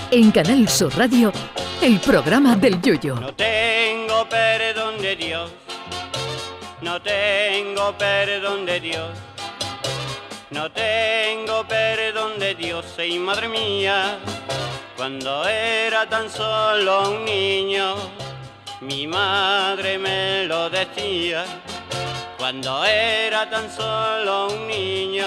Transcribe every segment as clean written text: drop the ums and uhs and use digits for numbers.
En Canal Sur Radio, el programa del Yoyo. No tengo perdón de Dios, no tengo perdón de Dios, no tengo perdón de Dios, y madre mía, cuando era tan solo un niño, mi madre me lo decía. Cuando era tan solo un niño,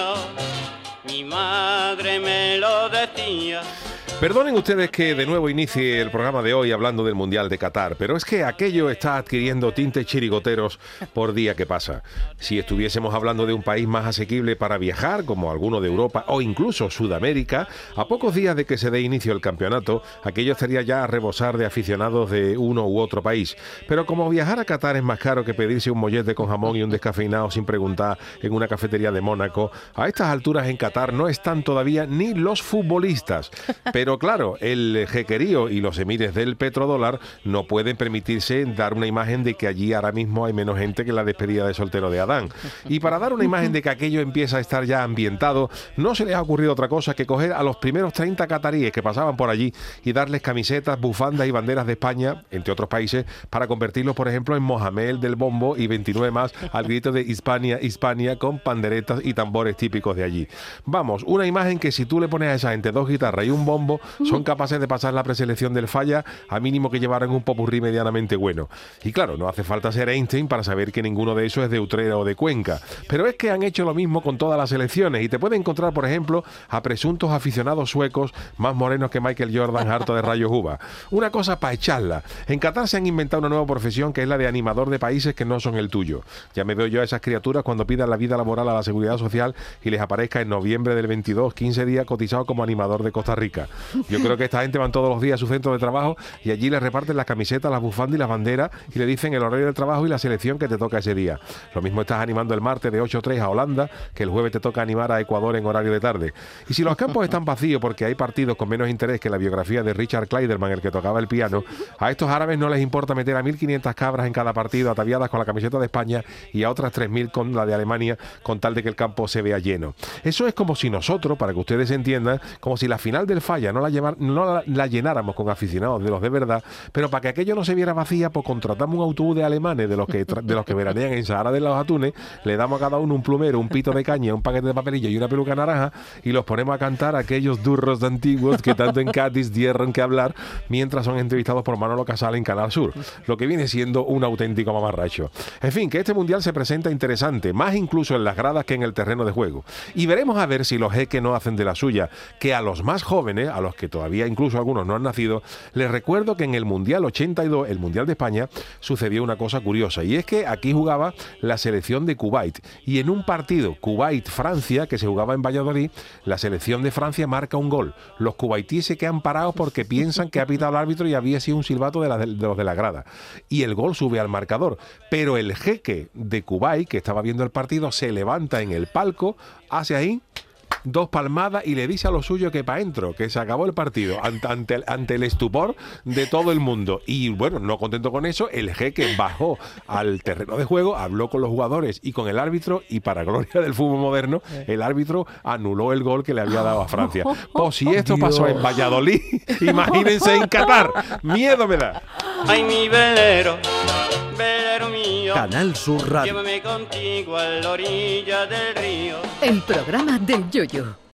mi madre me lo decía. Perdonen ustedes que de nuevo inicie el programa de hoy hablando del Mundial de Qatar, pero es que aquello está adquiriendo tintes chirigoteros por día que pasa. Si estuviésemos hablando de un país más asequible para viajar, como alguno de Europa o incluso Sudamérica, a pocos días de que se dé inicio el campeonato, aquello estaría ya a rebosar de aficionados de uno u otro país. Pero como viajar a Qatar es más caro que pedirse un mollete con jamón y un descafeinado sin preguntar en una cafetería de Mónaco, a estas alturas en Qatar no están todavía ni los futbolistas. Pero claro, el jequerío y los emires del petrodólar no pueden permitirse dar una imagen de que allí ahora mismo hay menos gente que en la despedida de soltero de Adán. Y para dar una imagen de que aquello empieza a estar ya ambientado, no se les ha ocurrido otra cosa que coger a los primeros 30 cataríes que pasaban por allí y darles camisetas, bufandas y banderas de España, entre otros países, para convertirlos, por ejemplo, en Mohamed del Bombo y 29 más al grito de Hispania, Hispania, con panderetas y tambores típicos de allí. Vamos, una imagen que si tú le pones a esa gente dos guitarras y un bombo, son capaces de pasar la preselección del Falla a mínimo que llevaran un popurrí medianamente bueno. Y claro, no hace falta ser Einstein para saber que ninguno de esos es de Utrera o de Cuenca. Pero es que han hecho lo mismo con todas las selecciones y te puede encontrar, por ejemplo, a presuntos aficionados suecos más morenos que Michael Jordan harto de rayos uva. Una cosa para echarla. En Qatar se han inventado una nueva profesión que es la de animador de países que no son el tuyo. Ya me veo yo a esas criaturas cuando pidan la vida laboral a la Seguridad Social y les aparezca en noviembre del 22, 15 días cotizado como animador de Costa Rica. Yo creo que esta gente van todos los días a su centro de trabajo y allí les reparten las camisetas, las bufandas y las banderas y le dicen el horario del trabajo y la selección que te toca ese día. Lo mismo estás animando el martes de 8:03 a Holanda, que el jueves te toca animar a Ecuador en horario de tarde. Y si los campos están vacíos porque hay partidos con menos interés que la biografía de Richard Clayderman, el que tocaba el piano, a estos árabes no les importa meter a 1.500 cabras en cada partido ataviadas con la camiseta de España y a otras 3.000 con la de Alemania, con tal de que el campo se vea lleno. Eso es como si nosotros, para que ustedes entiendan, como si la final del Falla no la llenáramos con aficionados de los de verdad, pero para que aquello no se viera vacía, pues contratamos un autobús de alemanes de los que veranean en Sahara de los Atunes, le damos a cada uno un plumero, un pito de caña, un paquete de papelillo y una peluca naranja y los ponemos a cantar aquellos durros antiguos que tanto en Cádiz dieron que hablar mientras son entrevistados por Manolo Casal en Canal Sur, lo que viene siendo un auténtico mamarracho. En fin, que este mundial se presenta interesante, más incluso en las gradas que en el terreno de juego. Y veremos a ver si los jeques no hacen de la suya, que a los más jóvenes, a los que todavía incluso algunos no han nacido, les recuerdo que en el Mundial 82, el Mundial de España, sucedió una cosa curiosa, y es que aquí jugaba la selección de Kuwait, y en un partido Kuwait-Francia, que se jugaba en Valladolid, la selección de Francia marca un gol. Los kuwaitíes se quedan parados porque piensan que ha pitado el árbitro y había sido un silbato de los de la grada. Y el gol sube al marcador. Pero el jeque de Kuwait, que estaba viendo el partido, se levanta en el palco, hace ahí dos palmadas y le dice a lo suyo que para adentro, que se acabó el partido ante el estupor de todo el mundo. Y bueno, no contento con eso, el jeque bajó al terreno de juego, habló con los jugadores y con el árbitro y para gloria del fútbol moderno, el árbitro anuló el gol que le había dado a Francia. Pues si esto pasó en Valladolid, imagínense en Qatar. Miedo me da. Ay, mi velero, velero mío, Canal Sur Radio. llévame contigo a la orilla del río. El programa del Yoyo.